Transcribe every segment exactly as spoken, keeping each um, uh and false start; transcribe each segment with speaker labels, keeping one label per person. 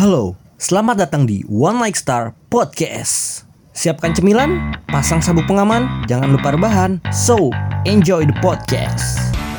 Speaker 1: Halo, selamat datang di One Like Star Podcast. Siapkan cemilan, pasang sabuk pengaman, jangan lupa rebahan. So, enjoy the podcast.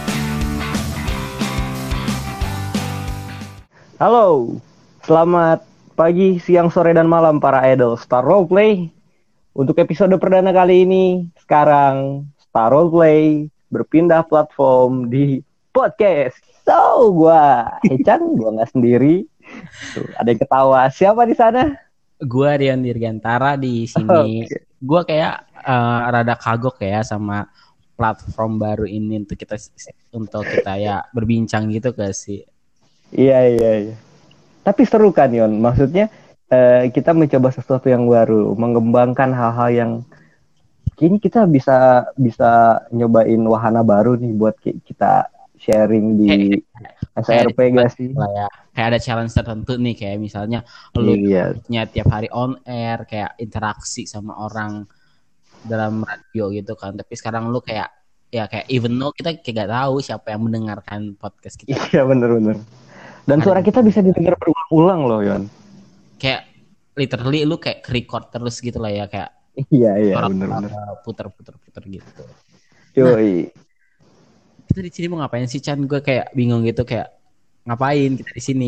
Speaker 2: Halo, selamat pagi, siang, sore, dan malam para idol Star Roleplay. Untuk episode perdana kali ini, sekarang Star Roleplay berpindah platform di podcast. So, gua Hechan, gua nggak sendiri. Tuh, ada yang ketawa. Siapa di sana?
Speaker 3: Gua Rian Dirgantara di sini.
Speaker 2: Okay.
Speaker 3: Gua kayak uh, rada kagok ya sama platform baru ini untuk kita untuk kita ya berbincang gitu gak sih?
Speaker 2: Iya iya iya. Tapi seru kan Yon. Maksudnya uh, kita mencoba sesuatu yang baru, mengembangkan hal-hal yang kini kita bisa bisa nyobain wahana baru nih buat kita sharing di S R P gak sih?
Speaker 3: Ya. Kayak ada challenge tertentu nih, kayak misalnya lu
Speaker 2: iya.
Speaker 3: punya tiap hari on air, kayak interaksi sama orang dalam radio gitu kan. Tapi sekarang lu kayak ya kayak even though kita kayak gak tahu siapa yang mendengarkan podcast kita.
Speaker 2: Iya bener-bener. Dan ada suara kita bisa didengar berulang-ulang loh Yon.
Speaker 3: Kayak literally lu kayak record terus gitu lah ya, kayak
Speaker 2: iya iya bener-bener
Speaker 3: puter-puter-puter gitu.
Speaker 2: Yoi.
Speaker 3: Nah, kita di sini mau ngapain sih Chan? Gue kayak bingung gitu, kayak ngapain kita di sini?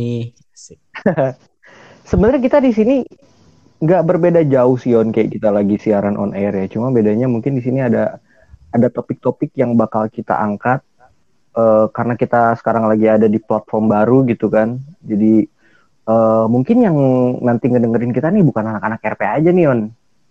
Speaker 2: Sebenarnya kita di sini nggak berbeda jauh sih Yon, kayak kita lagi siaran on air ya. Cuma bedanya mungkin di sini ada ada topik-topik yang bakal kita angkat uh, karena kita sekarang lagi ada di platform baru gitu kan. Jadi uh, mungkin yang nanti ngedengerin kita nih bukan anak-anak R P aja nih Yon.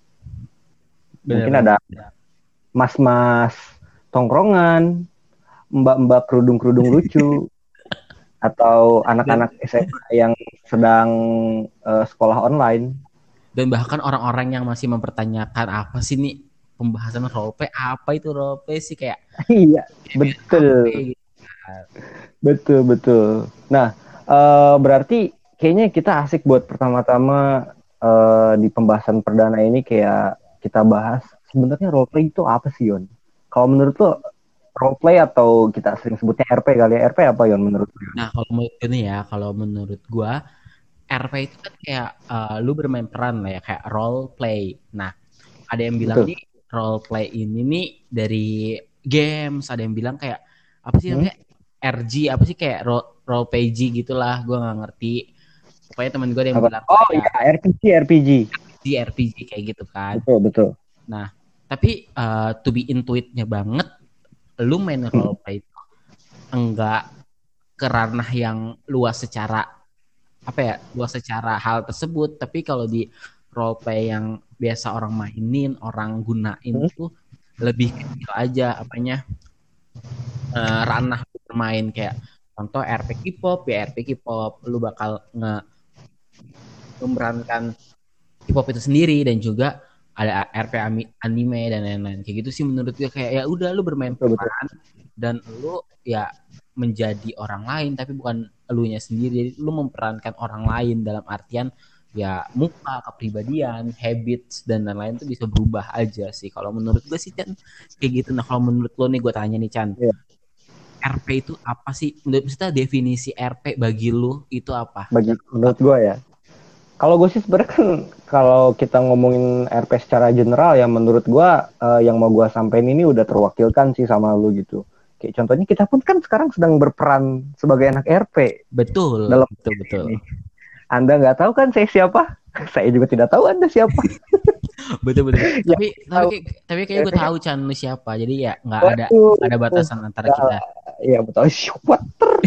Speaker 2: Mungkin bener, ada bener. Mas-mas tongkrongan, mbak-mbak kerudung-kerudung lucu, atau anak-anak S M A yang sedang uh, sekolah online.
Speaker 3: Dan bahkan orang-orang yang masih mempertanyakan apa sih nih pembahasan roleplay, apa itu roleplay sih, kayak
Speaker 2: iya betul gitu. betul betul. Nah uh, berarti kayaknya kita asik buat pertama-tama uh, di pembahasan perdana ini kayak kita bahas sebenarnya roleplay itu apa sih Yon? Kalau menurut lo roleplay atau kita sering sebutnya R P kali ya, R P apa Yon menurut lo?
Speaker 3: Nah kalau menurut ini ya, kalau menurut gua R P itu kan kayak uh, lu bermain peran lah ya, kayak role play. Nah, ada yang bilang Betul. nih role play ini nih dari games, ada yang bilang kayak apa sih namanya hmm? R G, apa sih kayak role, role play G gitulah, gue nggak ngerti. Pokoknya teman gue ada yang apa? bilang
Speaker 2: oh iya R P G R P G
Speaker 3: R P G R P G kayak gitu kan.
Speaker 2: Betul betul.
Speaker 3: Nah, tapi uh, to be intuitnya banget, lu main role play itu enggak ke ranah yang luas secara apa ya, luas secara hal tersebut, tapi kalau di roleplay yang biasa orang mainin, orang gunain hmm? itu lebih kecil aja apanya uh, ranah bermain, kayak contoh R P K-pop ya, R P K-pop lu bakal nge memerankan K-pop itu sendiri, dan juga ada R P anime dan lain-lain kayak gitu sih menurut gue. Kayak ya udah lu bermain peran dan lu ya menjadi orang lain tapi bukan elunya sendiri. Jadi lu memperankan orang lain dalam artian ya muka, kepribadian, habits dan lain-lain tuh bisa berubah aja sih. Kalau menurut gue sih Chan kayak gitu. Nah kalau menurut lo nih gue tanya nih Chan, yeah. R P itu apa sih? Menurut kita definisi R P bagi lu itu apa?
Speaker 2: Bagi menurut gue ya, kalau gue sih sebenarnya kan kalau kita ngomongin R P secara general ya menurut gue uh, yang mau gue sampein ini udah terwakilkan sih sama lu gitu. Kayak contohnya kita pun kan sekarang sedang berperan sebagai anak R P.
Speaker 3: Betul.
Speaker 2: Dalam
Speaker 3: betul betul.
Speaker 2: Ini. Anda nggak tahu kan saya siapa? Saya juga tidak tahu Anda siapa.
Speaker 3: betul betul. ya, tapi tapi tapi kayak gue tahu Chan lu siapa. Jadi ya nggak ada ada batasan antara
Speaker 2: ya,
Speaker 3: kita.
Speaker 2: Iya betul. Siapa?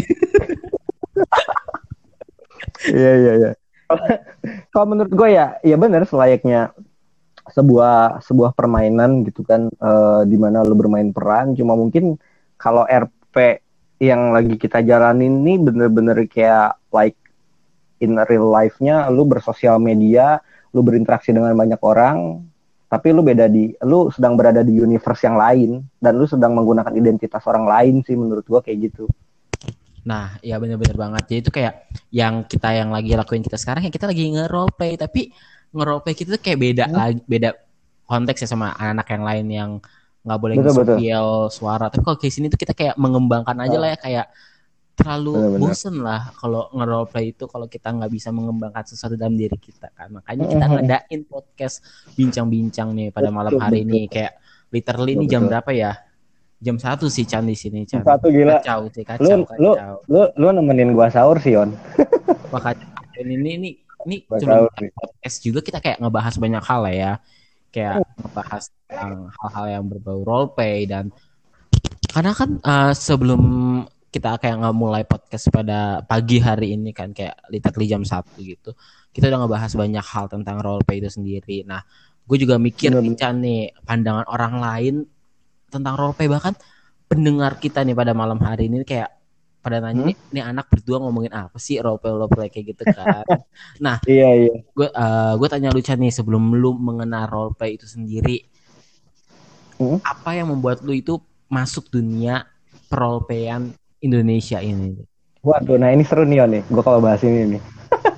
Speaker 2: Iya iya iya. Kalau menurut gue ya, ya benar selayaknya sebuah sebuah permainan gitu kan, uh, di mana lu bermain peran. Cuma mungkin kalau R P yang lagi kita jalanin ini bener-bener kayak like in real life-nya, lu bersosial media, lu berinteraksi dengan banyak orang, tapi lu beda di, lu sedang berada di universe yang lain dan lu sedang menggunakan identitas orang lain sih menurut gua kayak gitu.
Speaker 3: Nah, ya bener-bener banget. Jadi itu kayak yang kita yang lagi lakuin kita sekarang, ya kita lagi nge-roleplay, tapi nge-roleplay kita tuh kayak beda hmm. lagi, beda konteks ya sama anak-anak yang lain yang nggak boleh nge-spill suara. Tapi kalau kayak sini tuh kita kayak mengembangkan aja lah ya, kayak terlalu
Speaker 2: Benar-benar.
Speaker 3: bosen lah kalau nge-roleplay itu kalau kita nggak bisa mengembangkan sesuatu dalam diri kita kan. Makanya kita ngadain podcast bincang-bincang nih pada malam
Speaker 2: Betul,
Speaker 3: hari
Speaker 2: betul.
Speaker 3: ini kayak literally
Speaker 2: Betul,
Speaker 3: ini jam
Speaker 2: betul.
Speaker 3: berapa ya? Jam satu sih Chan di sini Chan.
Speaker 2: Satu gila.
Speaker 3: Kacau sih,
Speaker 2: Lu
Speaker 3: kacau,
Speaker 2: lu
Speaker 3: kacau.
Speaker 2: lu lu nemenin gua sahur sih, On.
Speaker 3: Wah, kacau. Dan ini ini ini
Speaker 2: Gua
Speaker 3: sebelum
Speaker 2: sahur nih.
Speaker 3: podcast juga kita kayak ngebahas banyak hal lah ya. Kayak ngebahas tentang hal-hal yang berbau roleplay dan karena kan uh, sebelum kita kayak nggak mulai podcast pada pagi hari ini kan kayak literally jam satu gitu. Kita udah ngebahas banyak hal tentang roleplay itu sendiri. Nah, gue juga mikir nih Chan nih pandangan orang lain tentang roleplay, bahkan pendengar kita nih pada malam hari ini kayak pada nanya nih,
Speaker 2: Hmm?
Speaker 3: nih anak berdua ngomongin apa sih roleplay roleplay kayak gitu kan. Nah,
Speaker 2: Iya, iya.
Speaker 3: gue uh, gue tanya lu Chan nih sebelum lu mengenal roleplay itu sendiri,
Speaker 2: Hmm?
Speaker 3: apa yang membuat lu itu masuk dunia perroleplayan Indonesia ini?
Speaker 2: Waduh, nah ini seru nih, On nih. Gua kalau bahas ini nih.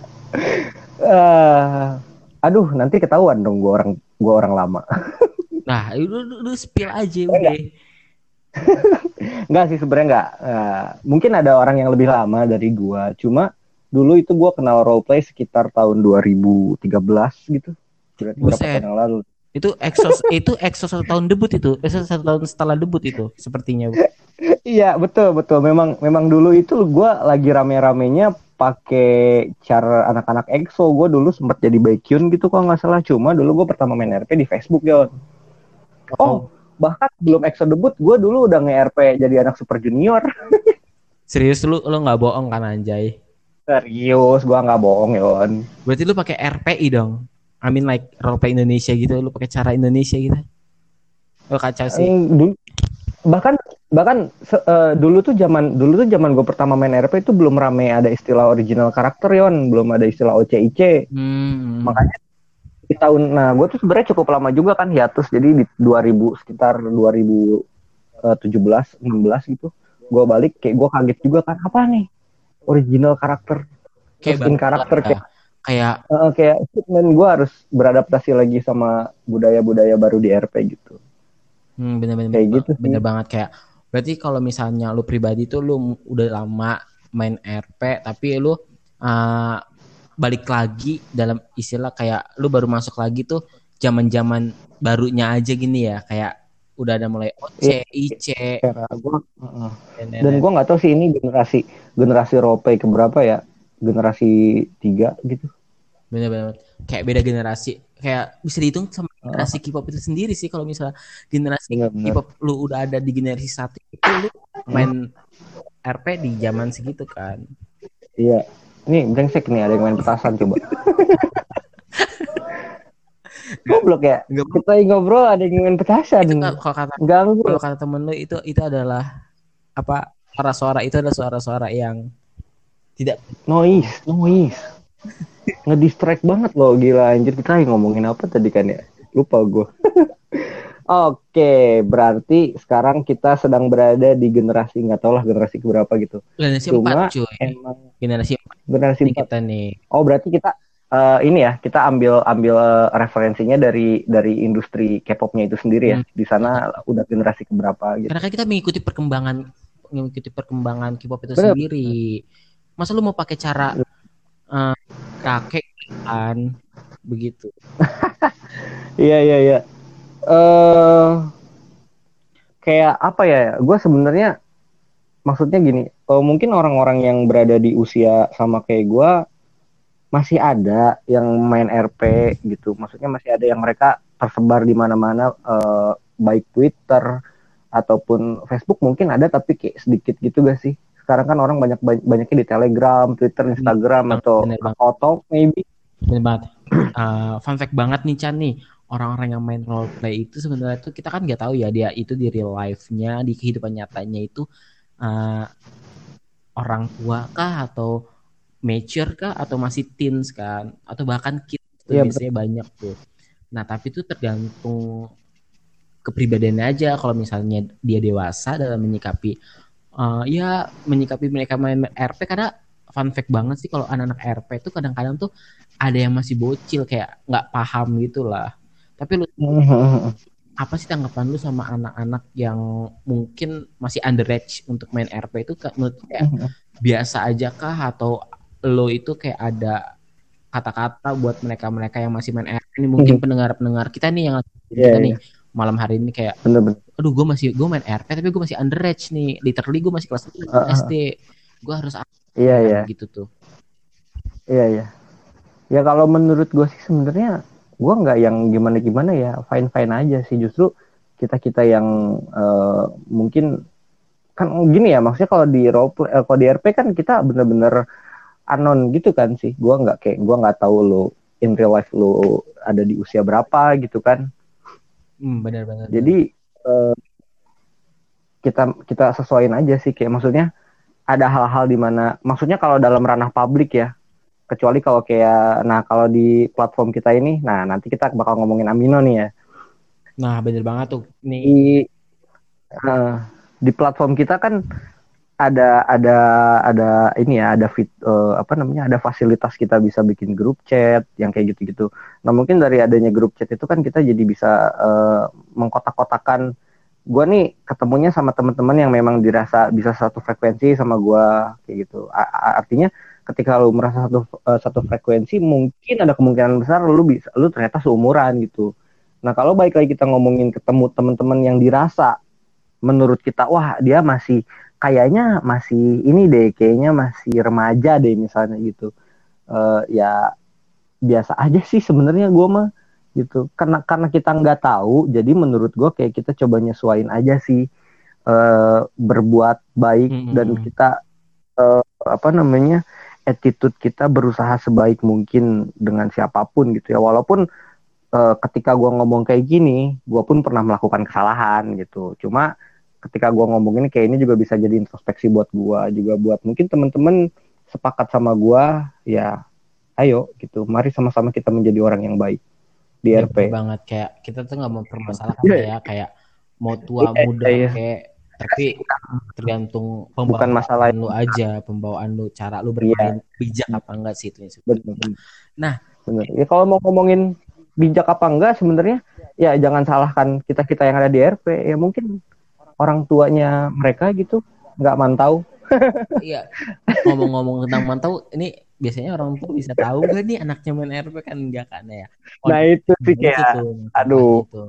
Speaker 2: Eh, aduh, nanti ketahuan dong gua orang gua orang lama.
Speaker 3: Nah, lu, lu, lu spill aja udah.
Speaker 2: Enggak sih sebenarnya enggak. Eh, mungkin ada orang yang lebih lama dari gua. Cuma dulu itu gua kenal roleplay sekitar tahun dua ribu tiga belas gitu. Berarti berapa
Speaker 3: Buset.
Speaker 2: tahun yang lalu?
Speaker 3: Itu Exos itu Exos satu tahun debut itu. Exos satu tahun setelah debut itu sepertinya.
Speaker 2: Iya, betul betul. Memang memang dulu itu gua lagi rame-ramenya pakai cara anak-anak EXO. Gua dulu sempat jadi Baekhyun gitu kalau nggak salah. Cuma dulu gua pertama main R P di Facebook, Yon. Oh, bahkan belum EXO debut, gue dulu udah nge-R P jadi anak Super Junior.
Speaker 3: Serius lu lu nggak bohong kan anjay?
Speaker 2: Serius, gue nggak bohong, Yon.
Speaker 3: Berarti lu pakai R P I dong? I mean like roleplay Indonesia gitu, lu pakai cara Indonesia gitu. Lu kacau sih.
Speaker 2: Mm, dulu, bahkan bahkan se- eh, dulu tuh zaman dulu tuh zaman gue pertama main R P itu belum rame ada istilah original karakter, Yon. Belum ada istilah O C I C.
Speaker 3: Hmm.
Speaker 2: Makanya di tahun, nah gue tuh sebenarnya cukup lama juga kan hiatus. Jadi di dua ribu sekitar dua ribu tujuh belas enam belas gitu, gue balik kayak gue kaget juga kan, apa nih original karakter,
Speaker 3: Kayak
Speaker 2: skin
Speaker 3: baru
Speaker 2: karakter
Speaker 3: lah,
Speaker 2: kayak
Speaker 3: kayak
Speaker 2: uh, kayak dan gue harus beradaptasi lagi sama budaya-budaya baru di R P gitu.
Speaker 3: hmm, bener-bener
Speaker 2: Kayak gitu sih.
Speaker 3: bener banget kayak. Berarti kalau misalnya lu pribadi tuh lu udah lama main R P tapi lu uh, balik lagi dalam istilah kayak lu baru masuk lagi tuh zaman-zaman barunya aja gini ya, kayak udah ada mulai O C, I C.
Speaker 2: Era gua, uh-uh. Dan gue nggak tahu sih ini generasi generasi roleplay keberapa ya, generasi tiga gitu.
Speaker 3: Bener-bener kayak beda generasi, kayak bisa dihitung sama generasi uh. K-pop itu sendiri sih. Kalau misalnya generasi Bener-bener. K-pop lu udah ada di generasi satu itu lu main hmm. R P di zaman segitu kan.
Speaker 2: Iya. Nih brengsek nih, ada yang main petasan coba. Goblok ya. Gak, kita ngobrol ada yang main petasan.
Speaker 3: Itu kalau kata
Speaker 2: ganggu.
Speaker 3: Kalau kata temen lu itu itu adalah apa? Suara-suara itu adalah suara-suara yang tidak
Speaker 2: noise, noise. Ngedistract banget loh, gila anjir. Kita ngomongin apa tadi kan ya? Lupa gue. Oke, berarti sekarang kita sedang berada di generasi, nggak tahu lah generasi keberapa gitu.
Speaker 3: Generasi
Speaker 2: Cuma
Speaker 3: empat, cuy.
Speaker 2: Emang
Speaker 3: generasi empat.
Speaker 2: Generasi
Speaker 3: empat kita nih.
Speaker 2: Oh, berarti kita uh, ini ya, kita ambil ambil referensinya dari dari industri K-popnya itu sendiri ya. Hmm. Di sana udah generasi keberapa gitu.
Speaker 3: Karena kan kita mengikuti perkembangan mengikuti perkembangan K-pop itu Bener. sendiri. Masa lu mau pakai cara uh, kakek kan begitu.
Speaker 2: Iya iya iya. Uh, kayak apa ya? Gue sebenarnya maksudnya gini. Uh, mungkin orang-orang yang berada di usia sama kayak gue masih ada yang main R P gitu. Maksudnya masih ada yang mereka tersebar di mana-mana, uh, baik Twitter ataupun Facebook mungkin ada, tapi kayak sedikit gitu gak sih? Sekarang kan orang banyak banyaknya di Telegram, Twitter, Instagram bener, atau foto maybe.
Speaker 3: Bener banget. Uh, fun fact banget nih Chan nih, orang-orang yang main roleplay itu sebenarnya tuh kita kan nggak tahu ya dia itu di real life-nya, di kehidupan nyatanya itu uh, orang tua kah atau mature kah atau masih teens kan atau bahkan kids tuh ya, biasanya betul. Banyak tuh. Nah tapi itu tergantung kepribadiannya aja. Kalau misalnya dia dewasa dalam menyikapi uh, ya menyikapi mereka main R P, karena fun fact banget sih kalau anak-anak R P itu kadang-kadang tuh ada yang masih bocil kayak nggak paham gitulah. Tapi lu apa sih tanggapan lu sama anak-anak yang mungkin masih underage untuk main R P itu menurut kayak biasa aja kah atau lo itu kayak ada kata-kata buat mereka-mereka yang masih main R P ini mungkin pendengar-pendengar kita nih yang
Speaker 2: yeah,
Speaker 3: kita nih
Speaker 2: yeah.
Speaker 3: malam hari ini kayak
Speaker 2: bener-bener.
Speaker 3: Aduh gue masih gue main R P tapi gue masih underage nih, literally gue masih kelas uh, S D, gue harus apa
Speaker 2: iya, iya.
Speaker 3: gitu tuh.
Speaker 2: Iya iya. Ya kalau menurut gue sih sebenarnya gue nggak yang gimana-gimana ya, fine-fine aja sih. Justru kita-kita yang uh, mungkin kan gini ya, maksudnya kalau di role play, uh, kalau di R P kan kita bener-bener anon gitu kan sih. Gue nggak kayak gue nggak tahu lo in real life lo ada di usia berapa gitu kan.
Speaker 3: Hmm, benar-benar.
Speaker 2: Jadi uh, kita kita sesuaiin aja sih, kayak maksudnya ada hal-hal di mana, maksudnya kalau dalam ranah publik ya, kecuali kalau kayak, nah kalau di platform kita ini, nah nanti kita bakal ngomongin Amino nih ya.
Speaker 3: Nah bener banget tuh nih.
Speaker 2: Di, uh, di platform kita kan ada ada ada ini ya, ada fit uh, apa namanya, ada fasilitas kita bisa bikin grup chat yang kayak gitu-gitu. Nah mungkin dari adanya grup chat itu kan kita jadi bisa uh, mengkotak-kotakan. Gue nih ketemunya sama teman-teman yang memang dirasa bisa satu frekuensi sama gue kayak gitu. A- artinya ketika lu merasa satu uh, satu frekuensi, mungkin ada kemungkinan besar lu bisa lu ternyata seumuran gitu. Nah kalau baik lagi kita ngomongin ketemu teman-teman yang dirasa menurut kita wah dia masih kayaknya masih ini deh, kayaknya masih remaja deh misalnya gitu, uh, ya biasa aja sih sebenarnya gue mah gitu. Karena karena kita nggak tahu, jadi menurut gue kayak kita coba nyesuain aja sih, uh, berbuat baik mm-hmm. dan kita uh, apa namanya attitude kita berusaha sebaik mungkin dengan siapapun gitu ya. Walaupun uh, ketika gue ngomong kayak gini, gue pun pernah melakukan kesalahan gitu. Cuma ketika gue ngomong ini kayak ini juga bisa jadi introspeksi buat gue, juga buat mungkin teman-teman sepakat sama gue ya. Ayo gitu, mari sama-sama kita menjadi orang yang baik di
Speaker 3: ya,
Speaker 2: R P.
Speaker 3: Banget kayak kita tuh nggak mempermasalahkan ya kayak mau tua yeah, muda yeah. kayak tapi tergantung pembawaan masalah lu aja, pembawaan lu, cara lu bermain yeah. bijak apa enggak sih itu.
Speaker 2: Betul.
Speaker 3: Nah,
Speaker 2: benar. Ya kalau mau ngomongin bijak apa enggak sebenarnya ya jangan salahkan kita-kita yang ada di R P. Ya mungkin orang tuanya mereka gitu nggak mantau.
Speaker 3: Iya. Ngomong-ngomong tentang mantau, ini biasanya orang tua bisa tahu gak nih anaknya main R P kan enggak kan ya.
Speaker 2: Oh, nah itu sih kayak tuh, aduh.
Speaker 3: Gitu.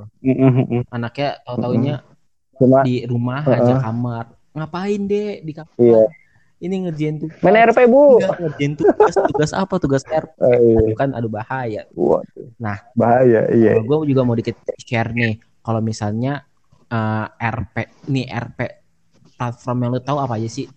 Speaker 3: Anaknya tahu-taunya Cuma, di rumah uh-uh. aja kamar. Ngapain deh di kamar?
Speaker 2: Iya.
Speaker 3: Ini ngerjain tugas.
Speaker 2: Main R P, Bu.
Speaker 3: Enggak, ngerjain tugas. Tugas apa? Tugas R P. Uh, iya. Kan aduh bahaya.
Speaker 2: Waduh.
Speaker 3: Nah,
Speaker 2: bahaya, iya.
Speaker 3: Gue juga mau dikit share nih. Kalau misalnya uh, R P nih R P platform yang lu tahu apa aja sih?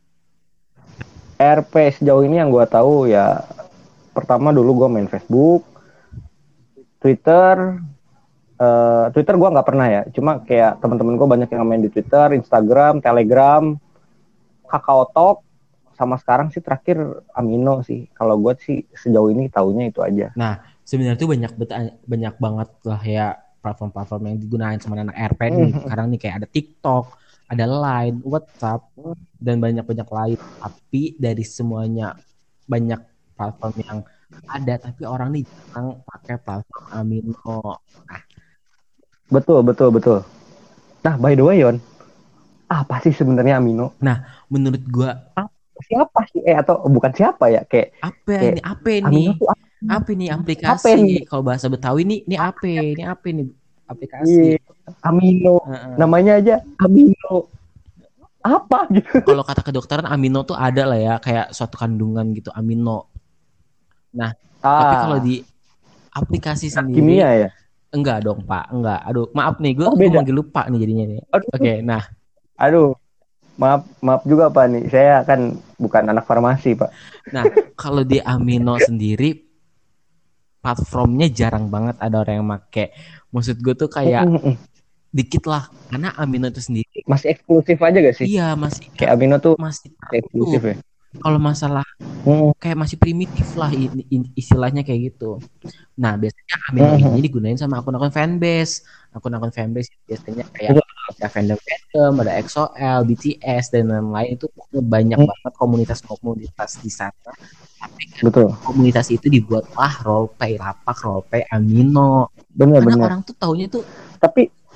Speaker 2: R P sejauh ini yang gue tahu ya, pertama dulu gue main Facebook, Twitter, uh, Twitter gue nggak pernah ya, cuma kayak teman-teman gue banyak yang main di Twitter, Instagram, Telegram, KakaoTalk, sama sekarang sih terakhir Amino sih. Kalau gue sih sejauh ini taunya itu aja.
Speaker 3: Nah sebenarnya tuh banyak banyak banget lah ya platform-platform yang digunakan sama anak R P nih. Sekarang nih kayak ada TikTok, ada Line, WhatsApp, dan banyak-banyak lain. Tapi dari semuanya banyak platform yang ada, tapi orang nih jarang pakai platform Amino. Nah,
Speaker 2: betul, betul, betul. Nah, by the way, Yon, apa sih sebenarnya Amino?
Speaker 3: Nah, menurut gua
Speaker 2: siapa sih? Eh atau bukan siapa ya? Kayak
Speaker 3: apa
Speaker 2: kayak,
Speaker 3: ini? Apa ini? Apa ini aplikasi? Kalau bahasa Betawi nih, ini apa? Ini apa ini aplikasi?
Speaker 2: Iya. Amino, uh-uh. namanya aja Amino. Apa gitu?
Speaker 3: Kalau kata kedokteran amino tuh ada lah ya, kayak suatu kandungan gitu, amino. Nah, ah. tapi kalau di aplikasi sendiri,
Speaker 2: kimia ya?
Speaker 3: Enggak dong Pak, enggak. Aduh, maaf nih, gue oh, lagi lupa nih jadinya nih. Oke, okay, nah,
Speaker 2: aduh, maaf, maaf juga Pak nih, saya kan bukan anak farmasi Pak.
Speaker 3: Nah, kalau di amino sendiri, platformnya jarang banget ada orang yang make. Maksud gue tuh kayak dikit lah, karena Amino itu sendiri
Speaker 2: masih eksklusif aja gak sih?
Speaker 3: Iya masih.
Speaker 2: Kayak Amino tuh
Speaker 3: masih
Speaker 2: eksklusif ya.
Speaker 3: Kalau masalah hmm. kayak masih primitif lah istilahnya kayak gitu. Nah biasanya Amino hmm. ini digunain sama akun-akun fanbase, akun-akun fanbase biasanya kayak ada fandom-fandom, ada X O L, B T S dan lain-lain itu banyak hmm. banget komunitas-komunitas di sana. Tapi kan betul. Komunitas itu dibuat lah roleplay, lapak roleplay Amino.
Speaker 2: Benar-benar.
Speaker 3: Orang tuh taunya tuh
Speaker 2: tapi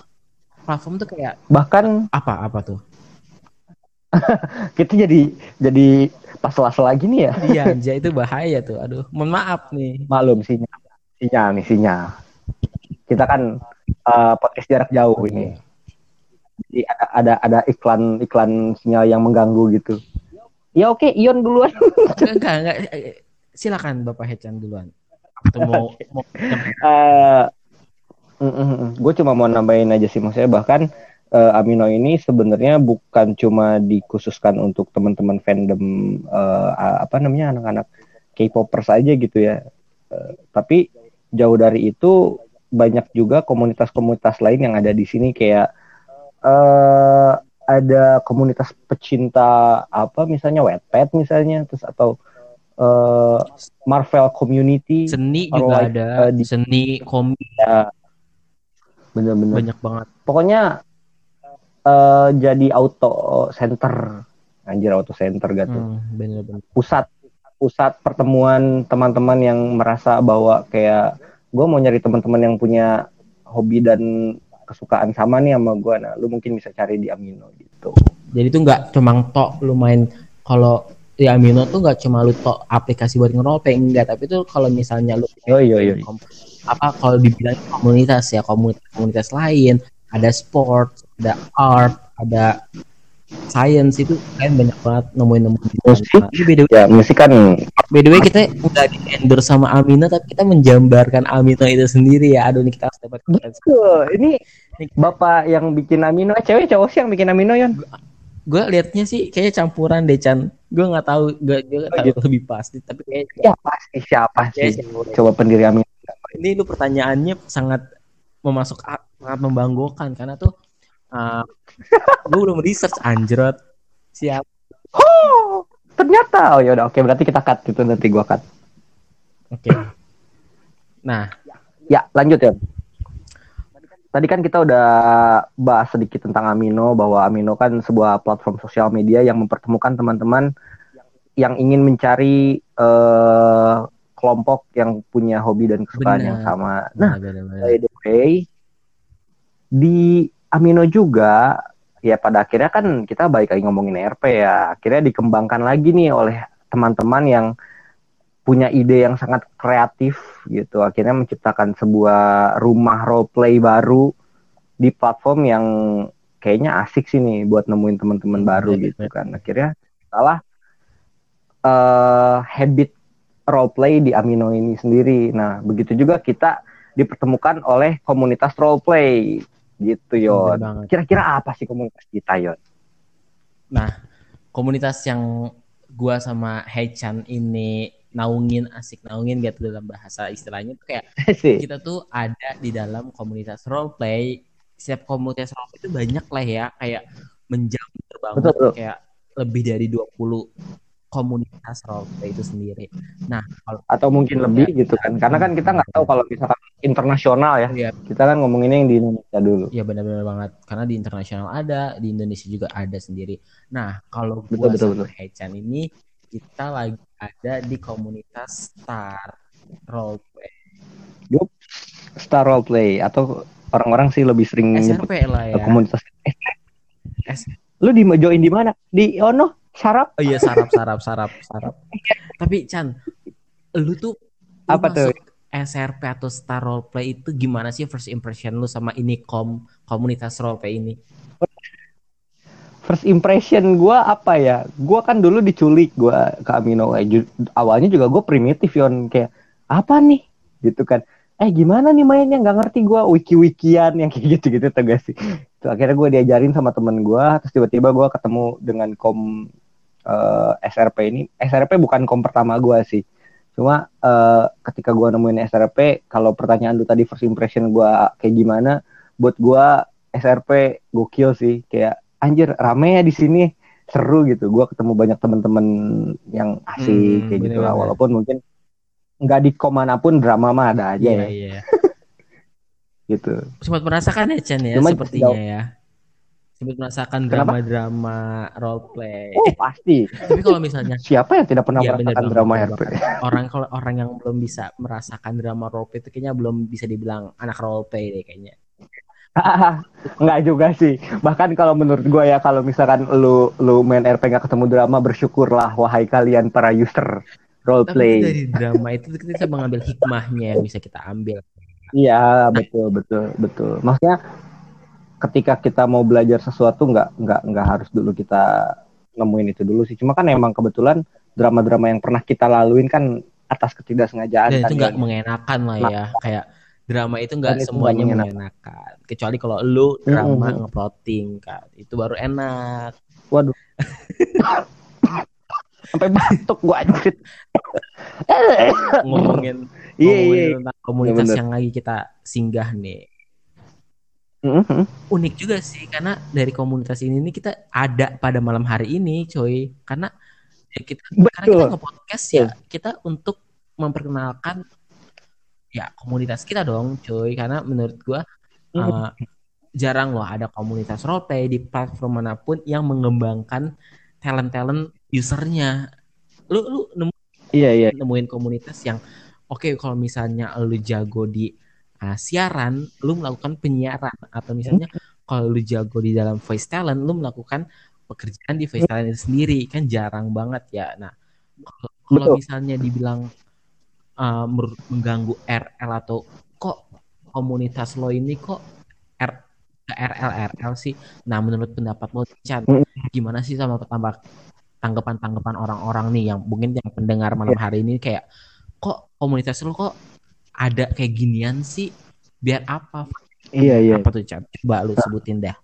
Speaker 3: platform tuh kayak
Speaker 2: Bahkan
Speaker 3: apa apa tuh?
Speaker 2: kita jadi jadi pas sela-sela lagi nih ya.
Speaker 3: Iya anjay itu bahaya tuh. Aduh, mohon maaf nih.
Speaker 2: Malum sinyal, sinyal nih sinyal. Kita kan uh, podcast jarak jauh
Speaker 3: Oh,
Speaker 2: ini.
Speaker 3: iya.
Speaker 2: Jadi ada ada ada iklan iklan sinyal yang mengganggu gitu. Ya oke, Ion duluan.
Speaker 3: Enggak, enggak, enggak. Silakan Bapak Hechan duluan. Atau mau mau
Speaker 2: uh, mm, mm, mm. Gue cuma mau nambahin aja sih, maksudnya bahkan uh, Amino ini sebenarnya bukan cuma dikhususkan untuk teman-teman fandom uh, apa namanya anak-anak K-popers aja gitu ya. Uh, tapi jauh dari itu banyak juga komunitas-komunitas lain yang ada di sini kayak uh, ada komunitas pecinta apa misalnya Wattpad misalnya terus atau uh, Marvel Community
Speaker 3: seni
Speaker 2: or
Speaker 3: juga
Speaker 2: like,
Speaker 3: ada,
Speaker 2: uh, di
Speaker 3: seni komik
Speaker 2: ya, bener-bener
Speaker 3: banyak banget.
Speaker 2: pokoknya uh, jadi auto center anjir auto center gitu
Speaker 3: Hmm, bener-bener.
Speaker 2: pusat pusat pertemuan teman-teman yang merasa bahwa kayak gue mau nyari teman-teman yang punya hobi dan kesukaan sama nih sama gue, nah lu mungkin bisa cari di Amino gitu.
Speaker 3: Jadi tuh nggak cuma tok lu main kalau di Amino tuh nggak cuma lu tok aplikasi buat ngerolpe enggak, tapi tuh kalau misalnya lu
Speaker 2: Yo yo yo.
Speaker 3: apa kalau dibilang komunitas ya komunitas-komunitas lain, ada sport, ada art, ada science itu kan banyak banget nemuin-nemuin
Speaker 2: musik.
Speaker 3: Ini by the way,
Speaker 2: ya musik kan
Speaker 3: by the way kita udah di endorse sama Amino tapi kita menjambarkan Amino itu sendiri ya. Aduh nih kita harus dapat
Speaker 2: betul. Ini bapak yang bikin Amino, eh cewek cowok sih yang bikin Amino Yon?
Speaker 3: Gue liatnya sih kayaknya campuran deh Chan. Gue nggak tahu, gue juga
Speaker 2: Oh,
Speaker 3: tahu
Speaker 2: gitu.
Speaker 3: lebih pasti. Tapi kayak
Speaker 2: Ya pasti siapa
Speaker 3: Kayak
Speaker 2: sih?
Speaker 3: siapa?
Speaker 2: Coba pendiri Amino.
Speaker 3: Ini lu pertanyaannya sangat memasuk sangat membanggakan karena tuh uh, gue belum research anjrot siap.
Speaker 2: Oh, ternyata. Oh ya udah oke berarti kita cut itu nanti gua cut.
Speaker 3: Oke. Okay. Nah,
Speaker 2: ya lanjut ya. Tadi kan kita udah bahas sedikit tentang Amino, bahwa Amino kan sebuah platform sosial media yang mempertemukan teman-teman yang ingin mencari uh, kelompok yang punya hobi dan kesukaan
Speaker 3: bener,
Speaker 2: yang sama. Nah,
Speaker 3: bener, bener,
Speaker 2: by the way, di Amino juga, ya pada akhirnya kan kita balik lagi ngomongin R P ya, akhirnya dikembangkan lagi nih oleh teman-teman yang punya ide yang sangat kreatif gitu, akhirnya menciptakan sebuah rumah roleplay baru di platform yang kayaknya asik sih nih buat nemuin teman-teman
Speaker 3: hmm,
Speaker 2: baru
Speaker 3: bener,
Speaker 2: gitu
Speaker 3: bener.
Speaker 2: kan, akhirnya salah uh, habit roleplay di Amino ini sendiri. Nah begitu juga kita dipertemukan oleh komunitas roleplay gitu Yon. Kira-kira apa sih komunitas kita Yon?
Speaker 3: Nah komunitas yang gua sama Hechan ini naungin, asik naungin gitu dalam bahasa istilahnya tuh kayak kita tuh ada di dalam komunitas roleplay. Setiap komunitas roleplay itu banyak lah ya, kayak menjamur banget, betul, betul. Kayak lebih dari dua puluh komunitas roleplay itu sendiri. Nah, kalau
Speaker 2: atau mungkin lebih ya, gitu kan. Karena kan kita nggak tahu kalau misalkan internasional ya. ya. Kita kan ngomonginnya yang di Indonesia dulu.
Speaker 3: Iya benar-benar banget. Karena di internasional ada, di Indonesia juga ada sendiri. Nah, kalau gua betul, sama Hechan ini kita lagi ada di komunitas Star Roleplay.
Speaker 2: Yup, Star Roleplay atau orang-orang sih lebih sering
Speaker 3: S R P lah ya.
Speaker 2: Komunitas
Speaker 3: S-
Speaker 2: Lu di join di mana? Di Ono? Sarap?
Speaker 3: Oh iya sarap sarap sarap sarap. Tapi Chan, lu tuh lu
Speaker 2: apa tuh?
Speaker 3: S R P atau Star Roleplay itu gimana sih first impression lu sama ini kom komunitas roleplay ini?
Speaker 2: First impression gue apa ya? Gue kan dulu diculik gue ke Amino. Awalnya juga gue primitif Yon, kayak apa nih gitu kan. Eh gimana nih mainnya, nggak ngerti gue, wiki-wikian yang kayak gitu-gitu tuh gak sih. Tuh, akhirnya gue diajarin sama temen gue. Terus tiba-tiba gue ketemu dengan kom uh, S R P ini. S R P bukan kom pertama gue sih. Cuma uh, ketika gue nemuin S R P, kalau pertanyaan lu tadi first impression gue kayak gimana, buat gue S R P gokil sih. Kayak anjir rame ya di sini, seru gitu. Gue ketemu banyak teman-teman yang asik hmm, kayak gitu lah. Walaupun mungkin nggak di komana pun drama mah ada aja
Speaker 3: iya,
Speaker 2: ya.
Speaker 3: Iya.
Speaker 2: Gitu.
Speaker 3: Sempat merasakan ya Chan ya, cuma sepertinya jauh. Ya. Sempat merasakan drama-drama roleplay.
Speaker 2: Oh pasti.
Speaker 3: Tapi kalau misalnya
Speaker 2: siapa yang tidak pernah
Speaker 3: ya,
Speaker 2: merasakan drama R P?
Speaker 3: Orang kalau orang yang belum bisa merasakan drama roleplay itu kayaknya belum bisa dibilang anak roleplay deh kayaknya.
Speaker 2: Enggak juga sih. Bahkan kalau menurut gue ya, kalau misalkan lu lu main R P nggak ketemu drama, bersyukurlah wahai kalian para user
Speaker 3: Tapi itu
Speaker 2: roleplay.
Speaker 3: dari drama itu kita bisa mengambil hikmahnya yang bisa kita ambil.
Speaker 2: Iya, betul betul betul. Maksudnya ketika kita mau belajar sesuatu nggak nggak nggak harus dulu kita nemuin itu dulu sih. Cuma kan emang kebetulan drama-drama yang pernah kita laluin kan atas ketidaksengajaan
Speaker 3: Dan
Speaker 2: kan
Speaker 3: itu
Speaker 2: ya.
Speaker 3: nggak mengenakan lah
Speaker 2: Nah,
Speaker 3: ya. Kayak drama itu
Speaker 2: kan
Speaker 3: nggak
Speaker 2: itu nggak
Speaker 3: semuanya
Speaker 2: mengenakan.
Speaker 3: mengenakan. Kecuali kalau lu drama
Speaker 2: Mm-mm.
Speaker 3: ngeplotting kan. Itu baru enak.
Speaker 2: Waduh, sampai batuk gua anjir.
Speaker 3: Ngomongin
Speaker 2: Iya
Speaker 3: ngomongin
Speaker 2: iya.
Speaker 3: tentang komunitas
Speaker 2: Bener-bener.
Speaker 3: yang lagi kita singgah nih.
Speaker 2: Mhm.
Speaker 3: Unik juga sih karena dari komunitas ini nih kita ada pada malam hari ini, coy. Karena ya kita karena kita
Speaker 2: Betul.
Speaker 3: nge-podcast ya, kita untuk memperkenalkan ya komunitas kita dong, coy. Karena menurut gua uh, jarang loh ada komunitas roleplay di platform manapun yang mengembangkan talent-talent usernya. Lu lu nemu,
Speaker 2: Iya iya.
Speaker 3: nemuin komunitas yang oke okay, kalau misalnya lu jago di uh, siaran, lu melakukan penyiaran atau misalnya kalau lu jago di dalam voice talent, lu melakukan pekerjaan di voice talent itu sendiri kan jarang banget ya. Nah, kalau, kalau
Speaker 2: Betul.
Speaker 3: misalnya dibilang uh, mengganggu R L atau kok komunitas lo ini kok R R L R L sih. Nah, menurut pendapat lo, Chan, gimana sih sama tambah tanggapan-tanggapan orang-orang nih yang mungkin yang pendengar malam hari ini kayak kok komunitas lo kok ada kayak ginian sih? Biar apa?
Speaker 2: Iya iya.
Speaker 3: Apa tuh, Chan? Coba lu sebutin dah.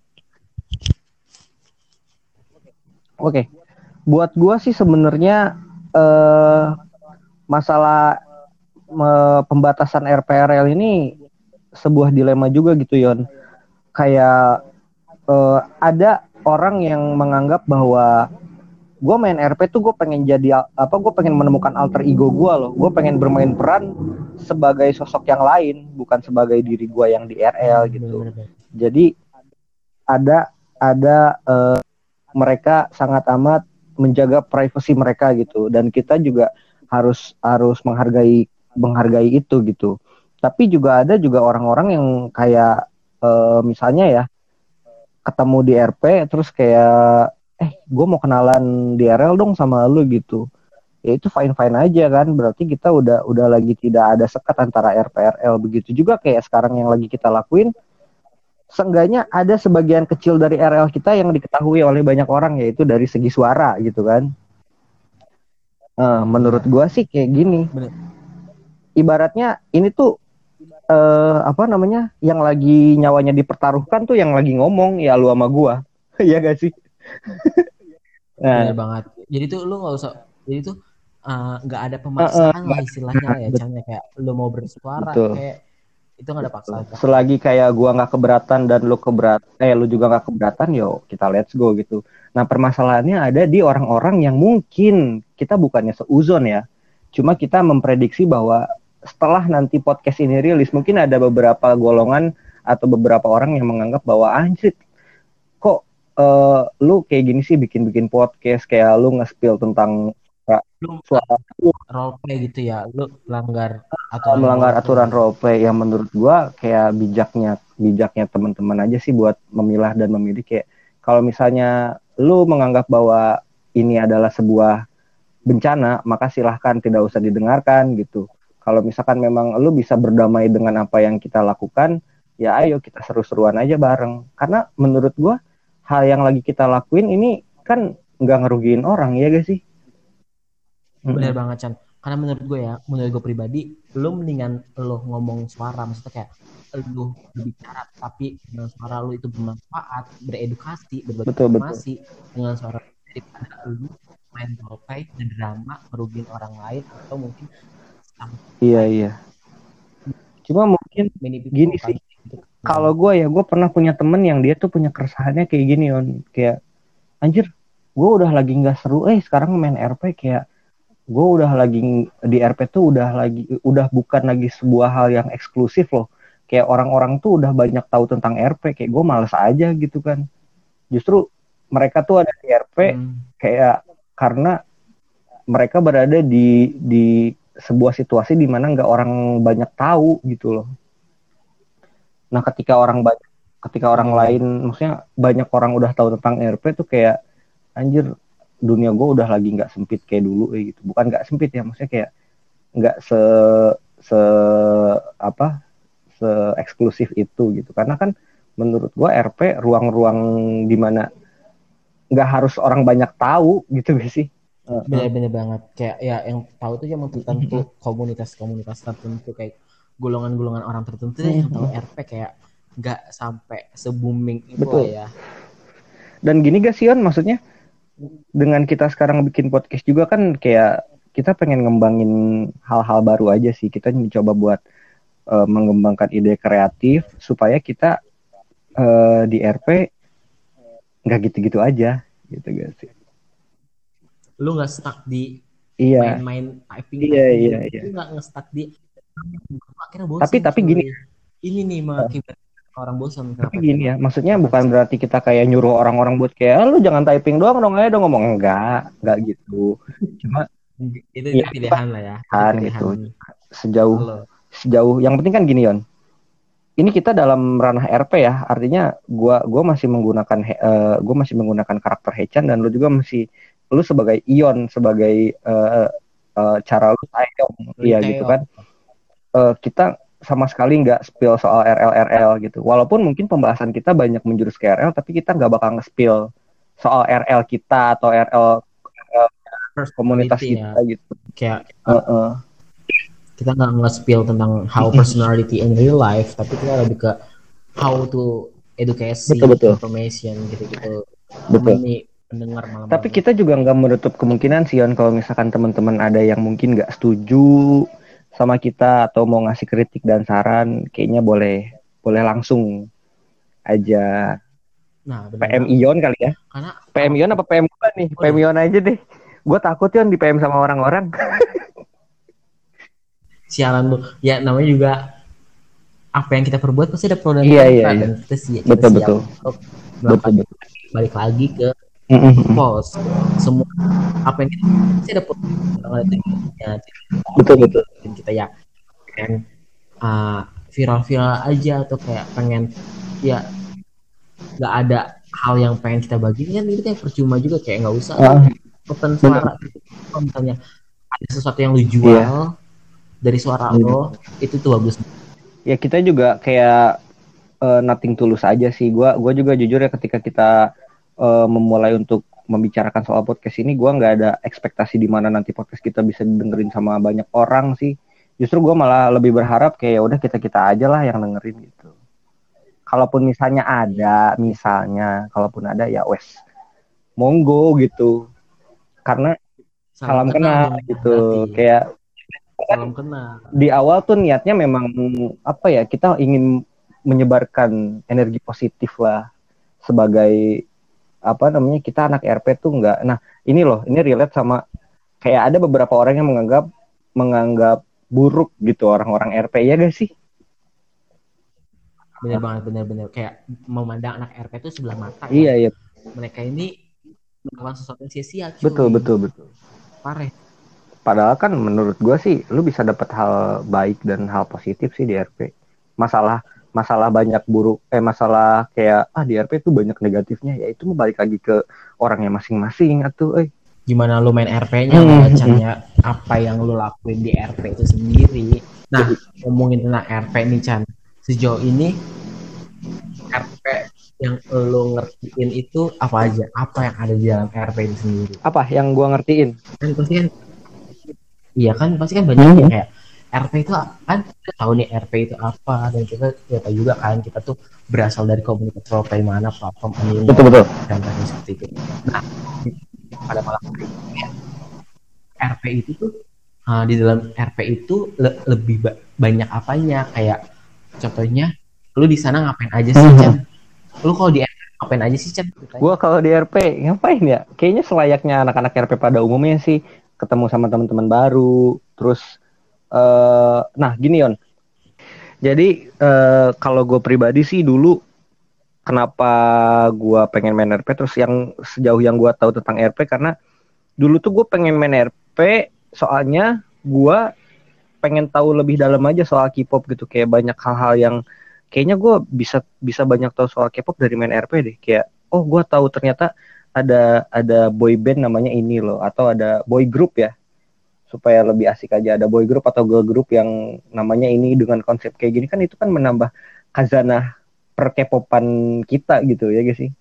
Speaker 2: Oke. Buat gua sih sebenarnya eh, masalah me, pembatasan R P R L ini sebuah dilema juga gitu, Yon. Kayak eh, ada orang yang menganggap bahwa gue main R P tuh gue pengen jadi apa, gue pengen menemukan alter ego gue loh, gue pengen bermain peran sebagai sosok yang lain, bukan sebagai diri gue yang di R L gitu.
Speaker 3: Bener-bener.
Speaker 2: Jadi ada ada uh, mereka sangat amat menjaga privasi mereka gitu, dan kita juga harus harus menghargai menghargai itu gitu. Tapi juga ada juga orang-orang yang kayak uh, misalnya ya ketemu di R P terus kayak eh gue mau kenalan di R L dong sama lu gitu, ya itu fine fine aja kan, berarti kita udah udah lagi tidak ada sekat antara R P R L. Begitu juga kayak sekarang yang lagi kita lakuin, seenggaknya ada sebagian kecil dari R L kita yang diketahui oleh banyak orang, yaitu dari segi suara gitu kan. Uh, menurut gue sih kayak gini, bener. Ibaratnya ini tuh uh, apa namanya, yang lagi nyawanya dipertaruhkan tuh yang lagi ngomong ya lu sama gue. Iya gak sih?
Speaker 3: Nah, bener banget. Jadi tuh lu nggak usah, jadi tuh nggak uh, ada pemaksaan uh, uh, lah istilahnya ya, Chan, kayak lu mau bersuara betul. Kayak itu nggak ada paksaan.
Speaker 2: Selagi kayak gua nggak keberatan dan lu keberat, eh lu juga nggak keberatan, yo kita let's go gitu. Nah permasalahannya ada di orang-orang yang mungkin kita bukannya seuzon ya, cuma kita memprediksi bahwa setelah nanti podcast ini rilis, mungkin ada beberapa golongan atau beberapa orang yang menganggap bahwa anjir kok uh, lu kayak gini sih bikin-bikin podcast, kayak lu nge-spill tentang
Speaker 3: lu suara roleplay gitu ya, lu melanggar
Speaker 2: aturan melanggar roleplay. Aturan roleplay yang menurut gua kayak bijaknya bijaknya teman-teman aja sih buat memilah dan memilih, kayak kalau misalnya lu menganggap bahwa ini adalah sebuah bencana, maka silahkan tidak usah didengarkan gitu. Kalau misalkan memang lu bisa berdamai dengan apa yang kita lakukan, ya ayo kita seru-seruan aja bareng. Karena menurut gua hal yang lagi kita lakuin ini kan nggak ngerugiin orang, ya gak sih?
Speaker 3: Bener hmm. banget, Chan. Karena menurut gue ya, menurut gue pribadi, lu mendingan lu ngomong suara, maksudnya kayak lu berbicara tapi dengan suara lu itu bermanfaat, beredukasi, berbagi informasi dengan suara, daripada lu main roleplay dan drama merugiin orang lain atau mungkin
Speaker 2: iya lain. Iya. Cuma mungkin gini sih, gitu. Kalau gue ya, gue pernah punya temen yang dia tuh punya keresahannya kayak gini, on kayak anjir, gue udah lagi nggak seru, eh sekarang main R P kayak gue udah lagi di R P tuh udah lagi udah bukan lagi sebuah hal yang eksklusif loh, kayak orang-orang tuh udah banyak tahu tentang R P, kayak gue males aja gitu kan. Justru mereka tuh ada di R P hmm. kayak karena mereka berada di di sebuah situasi di mana nggak orang banyak tahu gitu loh. Nah ketika orang banyak ketika orang
Speaker 3: Hmm.
Speaker 2: lain, maksudnya banyak orang udah tahu tentang R P tuh kayak anjir, dunia gue udah lagi nggak sempit kayak dulu eh, gitu. Bukan nggak sempit ya, maksudnya kayak nggak se se apa se eksklusif itu gitu. Karena kan menurut gue R P ruang-ruang di mana nggak harus orang banyak tahu gitu gak sih? Uh, uh.
Speaker 3: Bener-bener banget. Kayak ya yang tahu tuh cuma tertentu, komunitas-komunitas tertentu, kayak golongan-golongan orang tertentu deh yang tahu R P, kayak nggak sampai se-booming itu
Speaker 2: Betul.
Speaker 3: lah ya.
Speaker 2: Dan gini gak sih, On, maksudnya dengan kita sekarang bikin podcast juga kan kayak kita pengen ngembangin hal-hal baru aja sih. Kita mencoba buat uh, mengembangkan ide kreatif supaya kita uh, di R P nggak gitu-gitu aja gitu gak sih?
Speaker 3: Lu nggak stuck di
Speaker 2: Iya.
Speaker 3: main-main typing,
Speaker 2: Iya,
Speaker 3: typing
Speaker 2: iya,
Speaker 3: gitu.
Speaker 2: iya.
Speaker 3: Lu nggak nge-stuck di akhirnya bosan.
Speaker 2: Tapi tapi
Speaker 3: cuy.
Speaker 2: gini,
Speaker 3: ini nih mengakibatkan orang bosan.
Speaker 2: tapi gini ya, maksudnya bukan berarti kita kayak nyuruh orang-orang buat kayak "Ah, lu jangan typing doang dong, ayo dong ngomong." Enggak, enggak gitu. Cuma
Speaker 3: itu,
Speaker 2: ya,
Speaker 3: itu pilihan lah ya.
Speaker 2: kan
Speaker 3: Itu
Speaker 2: gitu.
Speaker 3: pilihan
Speaker 2: Sejauh
Speaker 3: lo.
Speaker 2: sejauh yang penting kan gini, Yon. Ini kita dalam ranah R P ya, artinya gua gua masih menggunakan uh, gua masih menggunakan karakter Hechan dan lu juga masih lu sebagai Ion, sebagai uh, uh, cara lu Taeyong, iya gitu kan. Uh, kita sama sekali nggak spill soal R L R L gitu. Walaupun mungkin pembahasan kita banyak menjurus ke R L, tapi kita nggak bakal nge-spill soal R L kita atau R L, R L komunitas kita ya. Gitu.
Speaker 3: Kayak
Speaker 2: uh-uh.
Speaker 3: kita nggak nge-spill tentang how personality in real life, tapi kita lebih ke how to education,
Speaker 2: betul, betul.
Speaker 3: information gitu-gitu.
Speaker 2: Betul.
Speaker 3: Ini pendengar malam.
Speaker 2: Tapi kita juga nggak menutup kemungkinan sih, Yon, kalau misalkan teman-teman ada yang mungkin nggak setuju sama kita atau mau ngasih kritik dan saran, kayaknya boleh boleh langsung aja.
Speaker 3: Nah,
Speaker 2: P M Ion kali ya.
Speaker 3: Karena
Speaker 2: P M Ion apa P M gua nih? Oh, P M Ion aja deh. Gue takut Yon di P M sama orang-orang.
Speaker 3: Sialan lu. Ya namanya juga apa yang kita perbuat pasti ada pro dan
Speaker 2: kontra,
Speaker 3: iya,
Speaker 2: iya,
Speaker 3: dan
Speaker 2: iya.
Speaker 3: kita sih
Speaker 2: betul betul.
Speaker 3: Betul betul. Balik lagi ke
Speaker 2: Mm-hmm.
Speaker 3: post semua apa yang kita pasti ada pro dan
Speaker 2: betul betul.
Speaker 3: Kita ya pengen uh, viral-viral aja atau kayak pengen ya nggak ada hal yang pengen kita bagi kan, itu kayak percuma juga, kayak nggak usah uh, open suara gitu. Kalau misalnya ada sesuatu yang lu jual yeah. dari suara hmm. lo, itu tuh bagus.
Speaker 2: Ya kita juga kayak uh, nothing tulus aja sih. Gua gua juga jujur ya, ketika kita uh, memulai untuk membicarakan soal podcast ini, gua nggak ada ekspektasi di mana nanti podcast kita bisa didengerin sama banyak orang sih. Justru gua malah lebih berharap kayak udah kita-kita aja lah yang dengerin gitu. Kalaupun misalnya ada, misalnya kalaupun ada ya wes, monggo gitu. Karena salam, salam kenal, kenal gitu. Berarti. Kayak
Speaker 3: salam kenal.
Speaker 2: Di awal tuh niatnya memang apa ya, kita ingin menyebarkan energi positif lah sebagai apa namanya, kita anak R P tuh enggak. Nah ini loh, ini relate sama kayak ada beberapa orang yang menganggap menganggap buruk gitu orang-orang R P, ya gak sih?
Speaker 3: Bener banget, bener-bener kayak memandang anak R P itu sebelah mata.
Speaker 2: Iya
Speaker 3: ya.
Speaker 2: iya.
Speaker 3: Mereka ini melakukan sesuatu yang sia-sia. Cuy.
Speaker 2: Betul betul betul.
Speaker 3: Parah.
Speaker 2: Padahal kan menurut gue sih, lu bisa dapat hal baik dan hal positif sih di R P. Masalah masalah banyak buruk, eh masalah kayak ah di R P tuh banyak negatifnya, ya itu balik lagi ke orangnya masing-masing atau eh.
Speaker 3: Gimana lu main R P-nya, hmm. bacanya apa yang lu lakuin di R P itu sendiri. Nah, ngomongin tentang R P nih Chan, sejauh ini R P yang lu ngertiin itu apa aja? Apa yang ada di dalam R P itu sendiri?
Speaker 2: Apa yang gua ngertiin?
Speaker 3: Kan pasti kan, iya kan pasti kan banyak hmm. kayak R P itu kan, kita tahu nih R P itu apa, dan kita kita tahu juga kan kita tuh berasal dari komunitas roleplay mana, platform anime,
Speaker 2: betul betul,
Speaker 3: dan lain seperti itu. Nah, pada malam hari R P itu tuh uh, di dalam R P itu le- lebih ba- banyak apanya, kayak contohnya lu di sana ngapain aja sih mm-hmm. Chan? Lu kalau di R P ngapain aja sih Chan?
Speaker 2: Gua kalau di R P ngapain ya? Kayaknya selayaknya anak-anak R P pada umumnya sih, ketemu sama teman-teman baru, terus uh, nah gini Yon. Jadi uh, kalau gue pribadi sih dulu kenapa gue pengen main R P, terus yang sejauh yang gue tahu tentang R P, karena dulu tuh gue pengen main R P soalnya gue pengen tahu lebih dalam aja soal K-pop gitu, kayak banyak hal-hal yang kayaknya gue bisa bisa banyak tahu soal K-pop dari main R P deh. Kayak oh gue tahu ternyata ada ada boy band namanya ini loh, atau ada boy group ya, supaya lebih asik aja ada boy group atau girl group yang namanya ini dengan konsep kayak gini, kan itu kan menambah khazanah per K-popan kita gitu ya guys sih.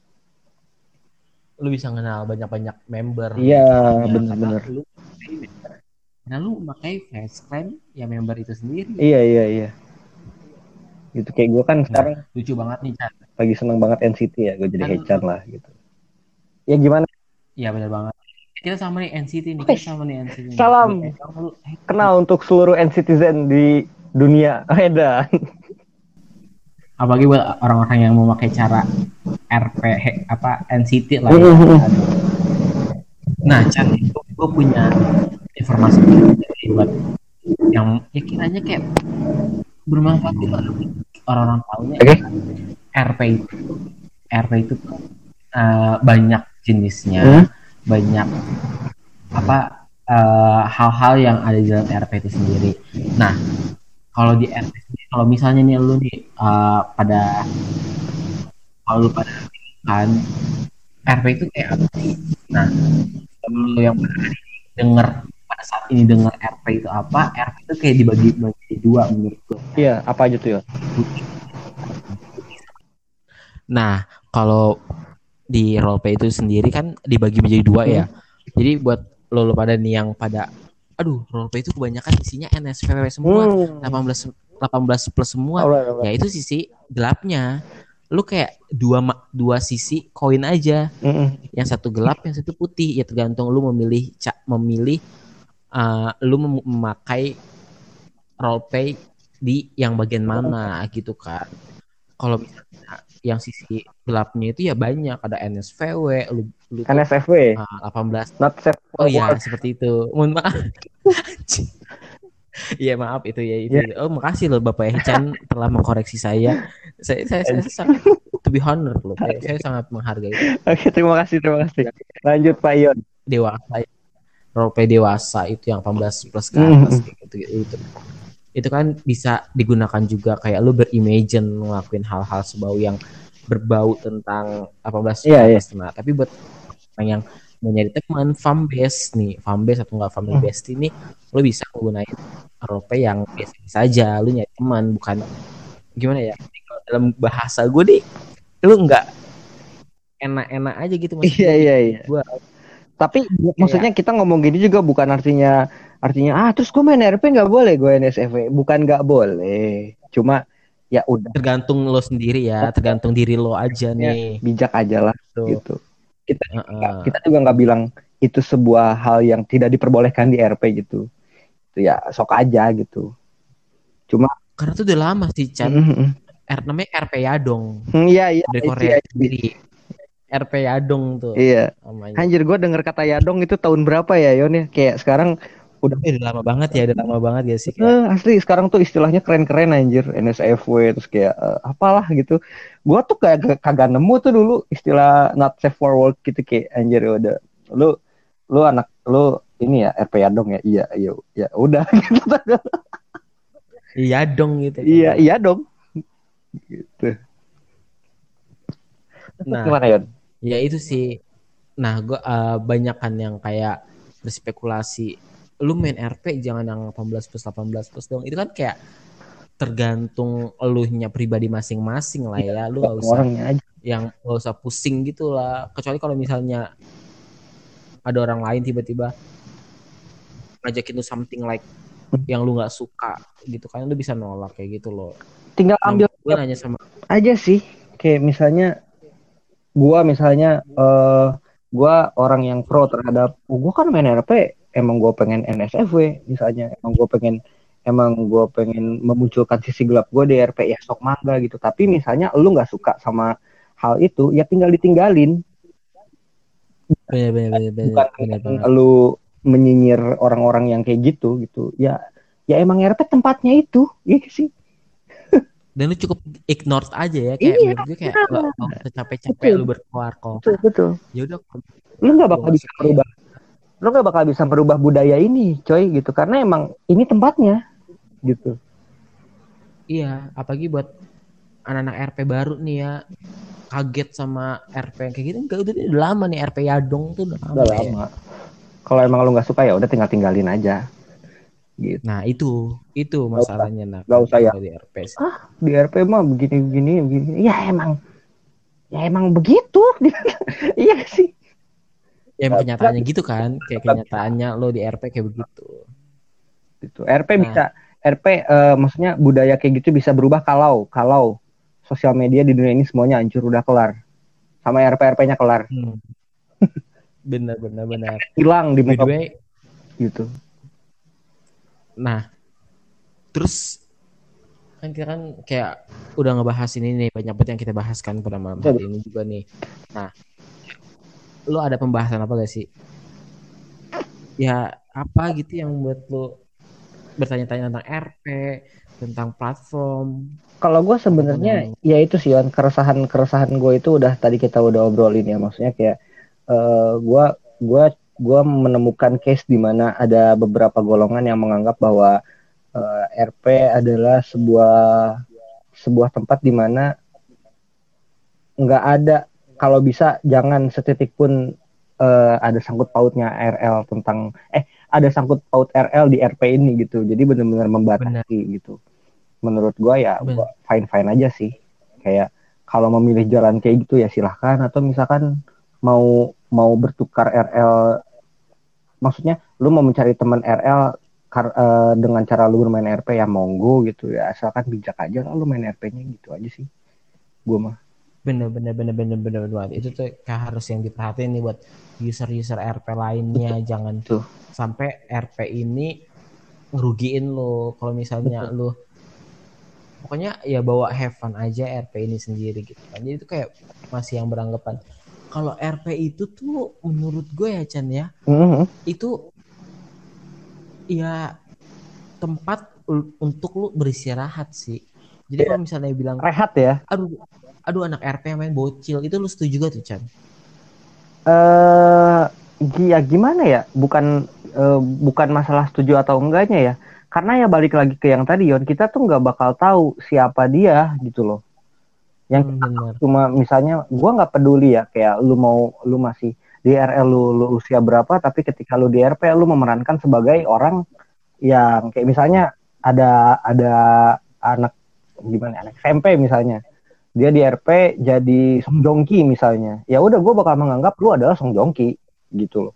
Speaker 3: Lu bisa kenal banyak-banyak member.
Speaker 2: Iya,
Speaker 3: ya,
Speaker 2: benar-benar.
Speaker 3: Lu, nah lu pakai facecam ya member itu sendiri.
Speaker 2: Iya iya iya. Gitu kayak gue kan sekarang
Speaker 3: nah, lucu banget nih Chan.
Speaker 2: Lagi seneng banget N C T ya, gue jadi
Speaker 3: Kan
Speaker 2: Hechan
Speaker 3: lu-
Speaker 2: lah gitu. Ya gimana?
Speaker 3: Iya benar banget. Kita sama nih N C T nih, kita sama nih N C T nih.
Speaker 2: Salam
Speaker 3: Lu- eh, kamu lu- eh,
Speaker 2: kenal untuk seluruh N-citizen di dunia. Edan.
Speaker 3: apalagi buat orang-orang yang mau pakai cara R P he- apa N C T lah ya. Nah, Chan, gue punya informasi dari buat yang ya kiranya kayak bermanfaat gitu orang-orang tahunya.
Speaker 2: Oke.
Speaker 3: R P itu R P itu uh, banyak jenisnya,
Speaker 2: Hmm?
Speaker 3: banyak apa uh, hal-hal yang ada di dalam R P itu sendiri. Nah, kalau di R P sendiri, kalau misalnya nih lu nih uh, pada kalau lu pada kan R P itu kayak apa sih? Nah, lu yang denger pada saat ini dengar R P itu apa? R P itu kayak dibagi bagi dua menurut gue.
Speaker 2: Iya, apa aja tuh ya?
Speaker 3: Nah, kalau di roleplay itu sendiri kan dibagi menjadi dua ya. Jadi buat lo, lo pada nih yang pada aduh, roleplay itu kebanyakan isinya N S V W semua,
Speaker 2: Hmm.
Speaker 3: delapan belas delapan belas plus semua.
Speaker 2: Alright, alright.
Speaker 3: Ya itu sisi gelapnya. Lu kayak dua ma- dua sisi koin aja.
Speaker 2: Mm-mm.
Speaker 3: Yang satu gelap, yang satu putih. Ya tergantung lu memilih cak memilih uh, lu mem- memakai roleplay di yang bagian mana gitu kan. Kalau misalnya yang sisi gelapnya itu ya banyak, ada N S V W, lu, lu tuh,
Speaker 2: N S F W,
Speaker 3: uh, delapan belas.
Speaker 2: not safe
Speaker 3: Oh
Speaker 2: for
Speaker 3: iya,
Speaker 2: work.
Speaker 3: seperti itu. Mohon maaf. Iya maaf itu ya itu.
Speaker 2: Yeah.
Speaker 3: Oh makasih loh Bapak Hechan telah mengkoreksi saya. Saya saya, saya, saya sangat to be honor loh. Saya, saya sangat menghargai
Speaker 2: Oke, terima kasih, terima kasih. Lanjut Pak Ion.
Speaker 3: dewasa. Roleplay dewasa itu yang delapan belas plus ke
Speaker 2: Mm.
Speaker 3: atas kayak gitu, gitu itu. Itu kan bisa digunakan juga kayak lu berimagine ngelakuin hal-hal sebau yang berbau tentang delapan belas
Speaker 2: Iya, iya.
Speaker 3: plus. Nah, tapi buat orang yang mau nyari teman farm base nih, farm base atau enggak family
Speaker 2: Hmm.
Speaker 3: base ini, lu bisa menggunakan roleplay yang biasa saja, lu nyari teman bukan gimana ya? Kalau dalam bahasa gue nih, lu enggak enak-enak aja gitu maksud
Speaker 2: Iya,
Speaker 3: gue.
Speaker 2: iya, iya.
Speaker 3: Gua
Speaker 2: Tapi maksudnya kita ngomong gini juga bukan artinya artinya ah terus gue main R P nggak boleh, gue N S F W. Bukan nggak boleh. Cuma ya udah
Speaker 3: tergantung lo sendiri ya, tergantung diri lo aja nih.
Speaker 2: bijak aja lah
Speaker 3: Tuh.
Speaker 2: gitu. Kita
Speaker 3: Uh-uh.
Speaker 2: kita juga nggak bilang itu sebuah hal yang tidak diperbolehkan di R P gitu. Itu ya sok aja gitu. Cuma
Speaker 3: Karena tuh udah lama sih Chan.
Speaker 2: mm-hmm.
Speaker 3: R namanya R P Yadong
Speaker 2: Hmm, iya iya
Speaker 3: dari
Speaker 2: itu
Speaker 3: Korea
Speaker 2: ya,
Speaker 3: sendiri. R P Yadong tuh
Speaker 2: iya.
Speaker 3: namanya.
Speaker 2: Anjir gue denger kata Yadong itu tahun berapa ya Yon ya? Kayak sekarang udah
Speaker 3: Eh, udah lama banget ya, udah lama banget ya sih kayak.
Speaker 2: eh, asli sekarang tuh istilahnya keren-keren anjir, N S F W terus kayak eh, apalah gitu. Gua tuh kayak kagak nemu tuh dulu istilah not safe for work gitu kayak anjir ya udah. Lu lu anak lu ini ya R P Yadong ya? Iya, iya, ya udah gitu.
Speaker 3: Yadong gitu.
Speaker 2: Iya, iya dong. Gitu.
Speaker 3: Nah,
Speaker 2: Gimana Yon?
Speaker 3: ya itu sih. Nah, gua uh, banyakan yang kayak berspekulasi. Lu main R P jangan yang delapan belas plus delapan belas plus dong. Itu kan kayak tergantung eluhnya pribadi masing-masing lah ya. Lu nggak usah
Speaker 2: Orangnya aja.
Speaker 3: yang nggak usah pusing gitu lah. Kecuali kalau misalnya ada orang lain tiba-tiba ngajakin lu something like yang lu nggak suka gitu kan, lu bisa nolak kayak gitu loh.
Speaker 2: Tinggal ambil
Speaker 3: Gue nanya sama
Speaker 2: aja sih. Kayak misalnya gua misalnya eh gua orang yang pro terhadap oh, gua kan main R P emang gua pengen N S F W misalnya, emang gua pengen emang gua pengen memunculkan sisi gelap gua di R P ya sok mangga gitu. Tapi misalnya lu nggak suka sama hal itu ya tinggal ditinggalin.
Speaker 3: bener-bener
Speaker 2: Bukan
Speaker 3: bener-bener.
Speaker 2: lu menyinyir orang-orang yang kayak gitu gitu. Ya ya emang R P tempatnya itu, iya sih.
Speaker 3: Dan lu cukup ignore aja ya kayak
Speaker 2: Iya,
Speaker 3: menurut gue kayak
Speaker 2: nah.
Speaker 3: nggak nggak usah capek-capek
Speaker 2: Betul.
Speaker 3: lu berkeluar kok.
Speaker 2: Betul betul.
Speaker 3: Ya udah
Speaker 2: Lu nggak bakal
Speaker 3: Gua
Speaker 2: bisa
Speaker 3: suka
Speaker 2: merubah lu nggak bakal bisa merubah budaya ini coy gitu karena emang ini tempatnya gitu.
Speaker 3: iya, apalagi buat anak-anak R P baru nih ya kaget sama R P yang kayak gitu. Enggak, udah, udah lama nih R P Yadong tuh udah lama.
Speaker 2: Udah
Speaker 3: ya.
Speaker 2: lama. Kalau emang lu nggak suka ya udah tinggal tinggalin aja. Gitu.
Speaker 3: Nah itu itu masalahnya nak.
Speaker 2: Gak usah ya.
Speaker 3: Di R P.
Speaker 2: Ah di R P mah begini begini begini. Ya emang ya emang begitu. Iya sih.
Speaker 3: Ya emang kenyataannya gitu kan. Kayak kenyataannya lo di R P kayak begitu.
Speaker 2: Gitu. R P
Speaker 3: Nah.
Speaker 2: bisa R P uh, maksudnya budaya kayak gitu bisa berubah kalau kalau sosial media di dunia ini semuanya hancur udah kelar. Sama R P R P-nya kelar.
Speaker 3: Hmm. Benar benar benar.
Speaker 2: Hilang di muka
Speaker 3: way,
Speaker 2: gitu.
Speaker 3: Nah, terus kan kita kan kayak udah ngebahas ini nih, banyak banget yang kita bahas kan pada malam hari ini juga nih. Nah, lo ada pembahasan apa gak sih? Ya apa gitu yang buat lo bertanya-tanya tentang R P, tentang platform?
Speaker 2: Kalau gue sebenarnya ya itu sih kan keresahan keresahan gue itu udah tadi kita udah obrolin ya, maksudnya kayak uh, gue gue gue menemukan case di mana ada beberapa golongan yang menganggap bahwa uh, R P adalah sebuah sebuah tempat di mana nggak ada, kalau bisa jangan setitik pun uh, ada sangkut pautnya R L tentang eh ada sangkut paut R L di R P ini gitu. Jadi benar-benar membatasi Bener. gitu. Menurut gue ya gue fine-fine aja sih. Kayak kalau memilih jalan kayak gitu ya silahkan, atau misalkan mau mau bertukar R L, maksudnya lu mau mencari teman R L kar, uh, dengan cara lu bermain R P ya monggo gitu ya, asalkan bijak aja lah lu main R P-nya gitu aja sih. Gue mah.
Speaker 3: Bener bener bener bener bener banget. Itu tuh kayak harus yang diperhatiin nih buat user-user R P lainnya. Betul. Jangan tuh sampai R P ini ngerugiin lo. Kalau misalnya Betul. lo pokoknya ya bawa have fun aja R P ini sendiri gitu kan. Jadi itu kayak masih yang beranggapan kalau R P itu tuh menurut gue ya Chan ya, mm-hmm. itu ya tempat untuk lu beristirahat sih. Jadi yeah. kalau misalnya bilang
Speaker 2: rehat ya,
Speaker 3: aduh aduh anak R P yang main bocil, itu lu setuju gak tuh Chan?
Speaker 2: Eh uh, ya gimana ya, bukan uh, bukan masalah setuju atau enggaknya ya, karena ya balik lagi ke yang tadi Yon, kita tuh nggak bakal tahu siapa dia gitu loh. Yang hmm, cuma misalnya gue nggak peduli ya, kayak lu mau lu masih di R L lu, lu usia berapa, tapi ketika lu di R P lu memerankan sebagai orang yang kayak misalnya ada ada anak gimana anak S M P misalnya, dia di R P jadi Song Joong Ki misalnya, ya udah gue bakal menganggap lu adalah Song Joong Ki gitu loh.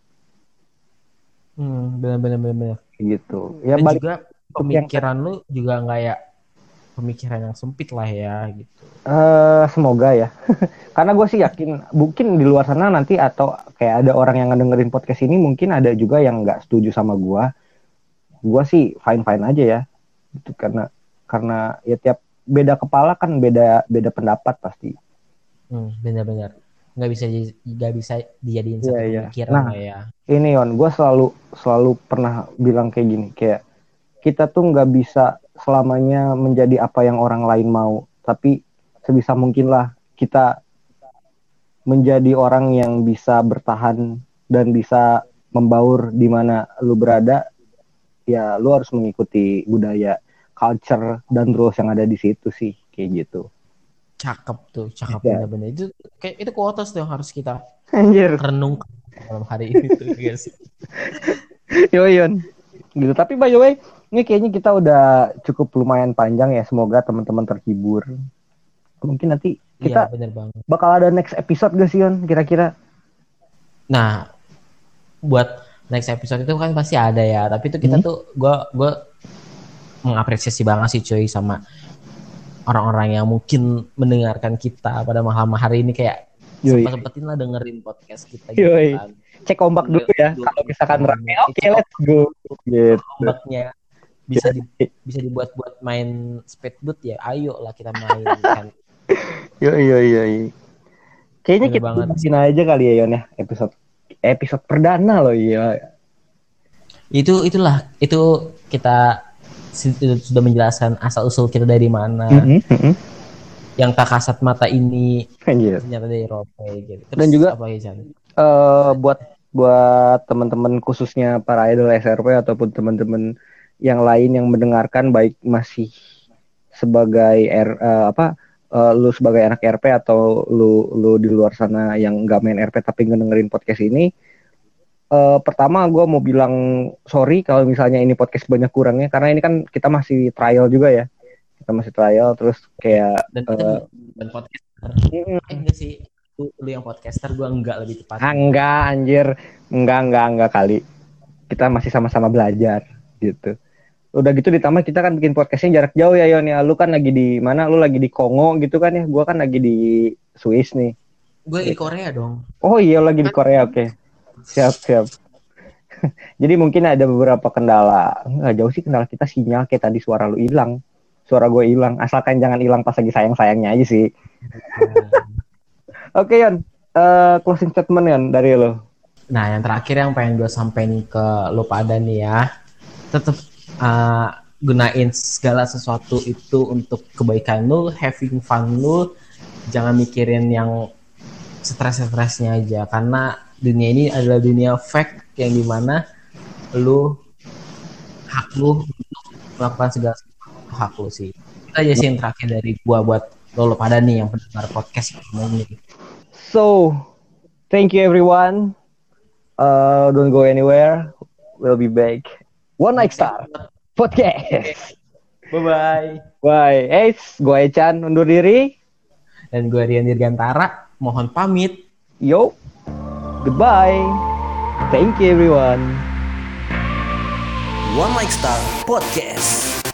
Speaker 3: Hmm, benar-benar benar.
Speaker 2: Gitu.
Speaker 3: Ya dan juga pemikiran yang... lu juga nggak ya pemikiran yang sempit lah ya gitu.
Speaker 2: Uh, semoga ya. Karena gue sih yakin mungkin di luar sana nanti atau kayak ada orang yang ngedengerin podcast ini mungkin ada juga yang nggak setuju sama gue. Gue sih fine-fine aja ya. Gitu, karena karena ya tiap beda kepala kan beda beda pendapat pasti.
Speaker 3: Hmm, benar-benar. Nggak bisa nggak bisa dijadiin satu yeah, pemikiran
Speaker 2: yeah. Nah,
Speaker 3: lah ya.
Speaker 2: Ini Yon, gue selalu selalu pernah bilang kayak gini, kayak kita tuh nggak bisa selamanya menjadi apa yang orang lain mau, tapi sebisa mungkinlah kita menjadi orang yang bisa bertahan dan bisa membaur di mana lu berada. Ya lu harus mengikuti budaya, culture dan rules yang ada di situ sih, kayak gitu.
Speaker 3: Cakep tuh, cakep ya. Bener-bener itu kayak itu kuotas tuh yang harus kita
Speaker 2: Anjir.
Speaker 3: renung malam hari ini tuh guys.
Speaker 2: Yo Yon. Gitu. Tapi by the way, ini kayaknya kita udah cukup lumayan panjang ya. Semoga teman-teman terhibur. Mungkin nanti kita
Speaker 3: ya,
Speaker 2: bakal ada next episode gak sih Yon kira-kira?
Speaker 3: Nah, buat next episode itu kan pasti ada ya. Tapi itu kita hmm. tuh gue gue mengapresiasi banget sih cuy sama orang-orang yang mungkin mendengarkan kita pada malam hari ini, kayak sempat-sempatin lah dengerin podcast kita gitu
Speaker 2: Yoi.
Speaker 3: kan.
Speaker 2: Cek ombak dulu ya. Kalau misalkan rame, oke okay, let's go.
Speaker 3: Gitu. Ombaknya bisa di, bisa dibuat-buat main speedboat ya. Ayo lah kita main kan.
Speaker 2: Yo yo yo. Kayaknya kita bikin aja kali ya Yon ya episode episode perdana loh ya.
Speaker 3: Itu itulah itu kita sudah menjelaskan asal usul kita dari mana.
Speaker 2: Mm-hmm, mm-hmm.
Speaker 3: Yang tak kasat mata ini
Speaker 2: Anjir.
Speaker 3: ternyata dari Rope gitu. Terus
Speaker 2: dan juga
Speaker 3: apa ya,
Speaker 2: uh, buat buat teman-teman khususnya para idol S R P ataupun teman-teman yang lain yang mendengarkan, baik masih sebagai R, uh, apa uh, lu sebagai anak R P atau lu lu di luar sana yang nggak main R P tapi ngedengerin podcast ini, uh, pertama gue mau bilang sorry kalau misalnya ini podcast banyak kurangnya, karena ini kan kita masih trial juga ya, kita masih trial terus kayak
Speaker 3: Dan kita
Speaker 2: uh,
Speaker 3: dan podcaster. Eh enggak sih, lu, lu yang podcaster, gue enggak lebih tepat.
Speaker 2: ah, enggak anjir, enggak enggak enggak kali, kita masih sama-sama belajar gitu. Udah gitu ditambah kita kan bikin podcastnya jarak jauh ya Yon ya. Lu kan lagi di mana? Lu lagi di Kongo gitu kan ya. Gua kan lagi di Swiss nih.
Speaker 3: Gue di Korea dong.
Speaker 2: Oh iya lagi di Korea, oke. Okay. Siap siap. Jadi mungkin ada beberapa kendala. Nggak jauh sih kendala kita sinyal, kayak tadi suara lu hilang. Suara gue hilang. Asalkan jangan hilang pas lagi sayang-sayangnya aja sih. Oke okay, Yon. Uh, closing statement Yon dari lu.
Speaker 3: Nah yang terakhir yang pengen gue sampein ke lu pada nih ya. Tetap Uh, gunain segala sesuatu itu untuk kebaikan lu, having fun lu, jangan mikirin yang stres-stresnya aja, karena dunia ini adalah dunia fake yang dimana lu hak lu untuk melakukan segala sesuatu hak lu sih. Itu aja sih yang terakhir dari gua buat lo, lo pada nih yang pendengar podcast ini.
Speaker 2: So thank you everyone, uh, don't go anywhere, we'll be back. One Night Star Podcast.
Speaker 3: Bye bye.
Speaker 2: Bye. Eh, gue Echan undur diri.
Speaker 3: Dan gue Rian Dirgantara mohon pamit.
Speaker 2: Yo. Goodbye. Thank you everyone.
Speaker 1: One Like Star Podcast.